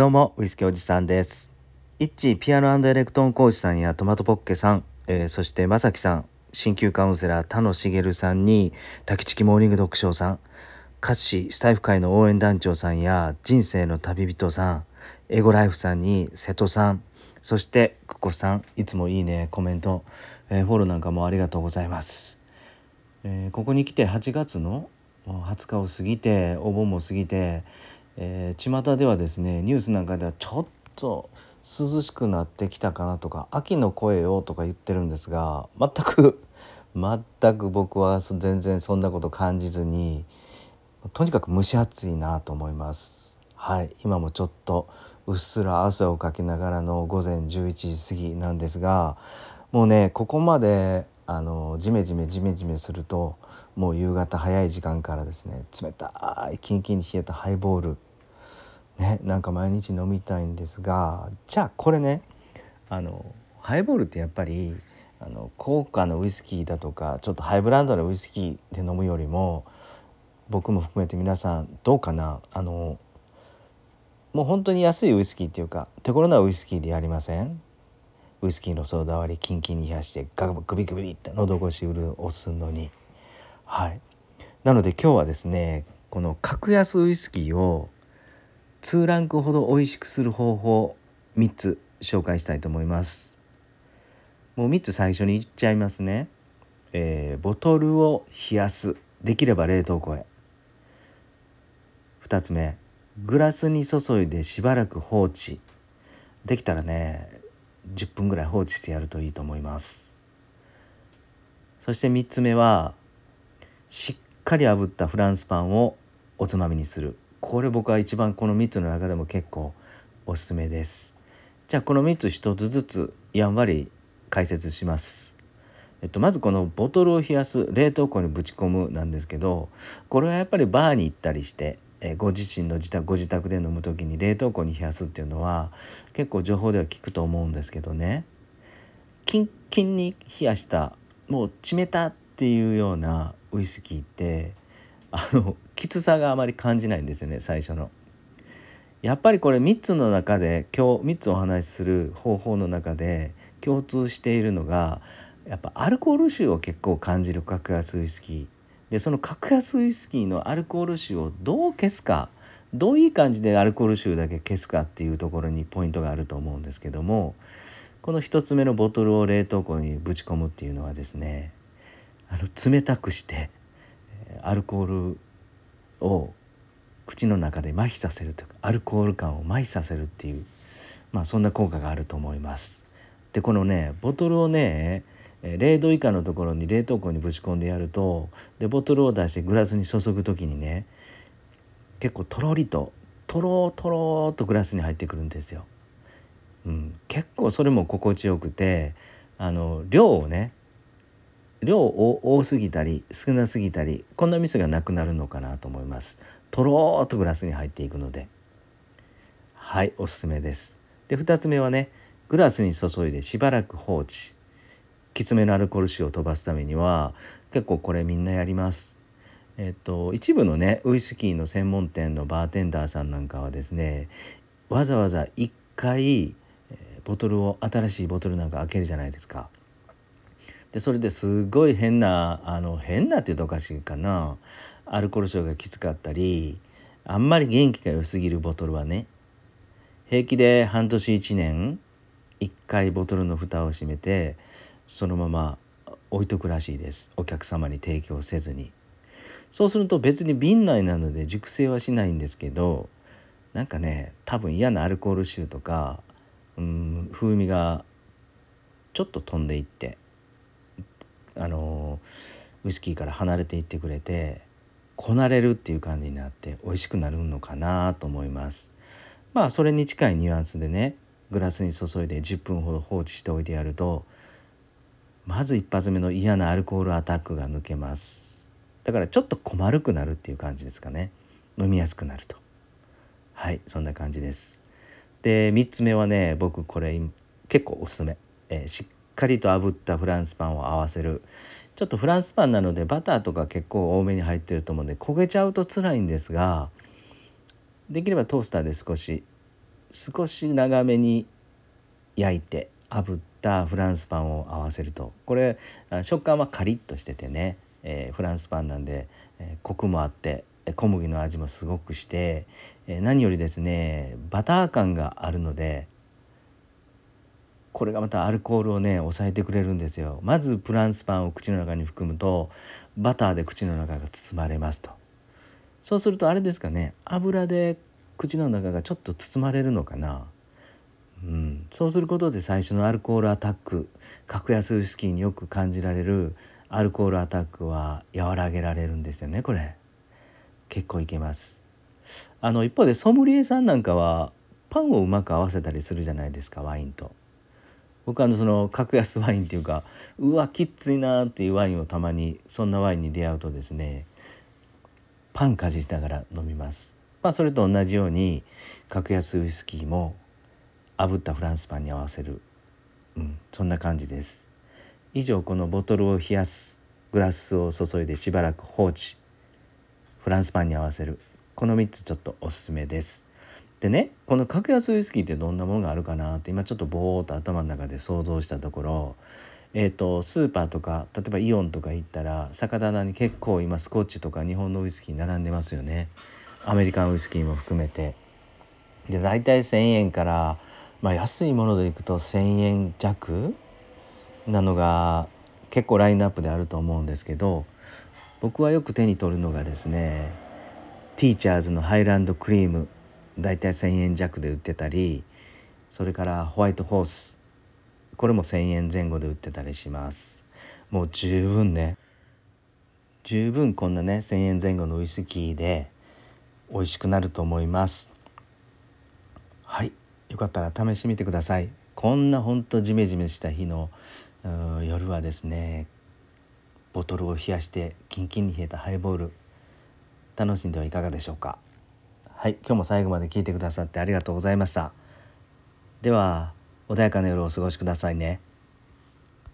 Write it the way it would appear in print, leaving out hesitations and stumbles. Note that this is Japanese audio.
どうもウイスキーおじさんです。イッチピアノエレクトーン講師さんやトマトポッケさん、そしてまさきさん、鍼灸カウンセラー田野茂さんに滝チキモーニング読書さん、歌詞スタイフ会の応援団長さんや人生の旅人さん、エゴライフさんに瀬戸さん、そしてクコさん、いつもいいねコメント、フォローなんかもありがとうございます。ここに来て8月の20日を過ぎてお盆も過ぎて、巷ではですねニュースなんかではちょっと涼しくなってきたかなとか秋の声をとか言ってるんですが、全く僕は全然そんなこと感じずに、とにかく蒸し暑いなと思います。はい、今もちょっとうっすら汗をかきながらの午前11時過ぎなんですが、もうねここまでジメジメすると、もう夕方早い時間からですね、冷たいキンキンに冷えたハイボールね、なんか毎日飲みたいんですが、じゃあこれね、ハイボールってやっぱり高価なウイスキーだとかちょっとハイブランドのウイスキーで飲むよりも、僕も含めて皆さんどうかな、もう本当に安いウイスキーっていうか手頃なウイスキーでやりません？ウイスキーのソーダ割りキンキンに冷やしてグビグビって喉越し潤すのに。はい、なので今日はですね、この格安ウイスキーを2ランクほど美味しくする方法3つ紹介したいと思います。もう3つ最初に言っちゃいますね。ボトルを冷やす、できれば冷凍庫へ。2つ目、グラスに注いでしばらく放置、できたらね10分ぐらい放置してやるといいと思います。そして3つ目は、しっかり炙ったフランスパンをおつまみにする。これ僕は一番この3つの中でも結構おすすめです。じゃあこの3つ1つずつやんわり解説します。まずこのボトルを冷やす、冷凍庫にぶち込むなんですけど、これはやっぱりバーに行ったりして、ご自身のご自宅で飲む時に冷凍庫に冷やすっていうのは結構情報では聞くと思うんですけどね、キンキンに冷やしたもう冷たっていうようなウイスキーってきつさがあまり感じないんですよね、最初の。やっぱりこれ3つの中で、今日3つお話しする方法の中で共通しているのが、やっぱアルコール臭を結構感じる格安ウイスキーで、その格安ウイスキーのアルコール臭をどう消すか、どういう感じでアルコール臭だけ消すかっていうところにポイントがあると思うんですけども、この1つ目のボトルを冷凍庫にぶち込むっていうのはですね、冷たくしてアルコールを口の中で麻痺させるというか、アルコール感を麻痺させるっていう、そんな効果があると思います。でこのねボトルをね0度以下のところに冷凍庫にぶち込んでやると、でボトルを出してグラスに注ぐ時にね、結構とろりととろとろとグラスに入ってくるんですよ。結構それも心地よくて、量を多すぎたり少なすぎたり、こんなミスがなくなるのかなと思います。とろーっとグラスに入っていくので、はい、おすすめです。で2つ目はね、グラスに注いでしばらく放置、きつめのアルコール臭を飛ばすためには結構これみんなやります。一部のねウイスキーの専門店のバーテンダーさんなんかはですね、わざわざ1回ボトルを、新しいボトルなんか開けるじゃないですか。でそれですごい変なって言うとおかしいかな、アルコール臭がきつかったり、あんまり元気が良すぎるボトルはね、平気で半年1年1回ボトルの蓋を閉めてそのまま置いとくらしいです、お客様に提供せずに。そうすると別に瓶内なので熟成はしないんですけど、なんかね多分嫌なアルコール臭とか、風味がちょっと飛んでいって、ウイスキーから離れていってくれて、こなれるっていう感じになって美味しくなるのかなと思います。それに近いニュアンスでね、グラスに注いで10分ほど放置しておいてやると、まず一発目の嫌なアルコールアタックが抜けます。だからちょっと困るくなるっていう感じですかね。飲みやすくなると。はい、そんな感じです。で3つ目はね、僕これ結構おすすめ、しっかりと炙ったフランスパンを合わせる。ちょっとフランスパンなのでバターとか結構多めに入ってると思うんで焦げちゃうと辛いんですが、できればトースターで少し少し長めに焼いて炙ったフランスパンを合わせると、これ食感はカリッとしててね、フランスパンなんで、コクもあって小麦の味もすごくして、何よりですねバター感があるので、これがまたアルコールをね抑えてくれるんですよ。まずフランスパンを口の中に含むとバターで口の中が包まれますと。そうするとあれですかね、油で口の中がちょっと包まれるのかな。そうすることで最初のアルコールアタック、格安ウイスキーによく感じられるアルコールアタックは和らげられるんですよね。これ結構いけます。一方でソムリエさんなんかはパンをうまく合わせたりするじゃないですか、ワインと。僕はその格安ワインっていうか、うわきついなっていうワインをたまに、そんなワインに出会うとですね、パンかじりながら飲みます。それと同じように格安ウイスキーも炙ったフランスパンに合わせる、そんな感じです。以上、このボトルを冷やす、グラスを注いでしばらく放置、フランスパンに合わせる、この3つちょっとおすすめです。でね、この格安ウイスキーってどんなものがあるかなって今ちょっとぼーっと頭の中で想像したところ、スーパーとか例えばイオンとか行ったら酒棚に結構今スコッチとか日本のウイスキー並んでますよね。アメリカンウイスキーも含めて。で大体1,000円から、安いものでいくと1,000円弱なのが結構ラインナップであると思うんですけど、僕はよく手に取るのがですね、ティーチャーズのハイランドクリーム、だいたい1,000円弱で売ってたり、それからホワイトホース、これも1,000円前後で売ってたりします。もう十分こんなね1,000円前後のウイスキーで美味しくなると思います。はい、よかったら試してみてください。こんなほんとジメジメした日の夜はですね、ボトルを冷やしてキンキンに冷えたハイボール楽しんではいかがでしょうか。はい、今日も最後まで聞いてくださってありがとうございました。では穏やかな夜をお過ごしくださいね。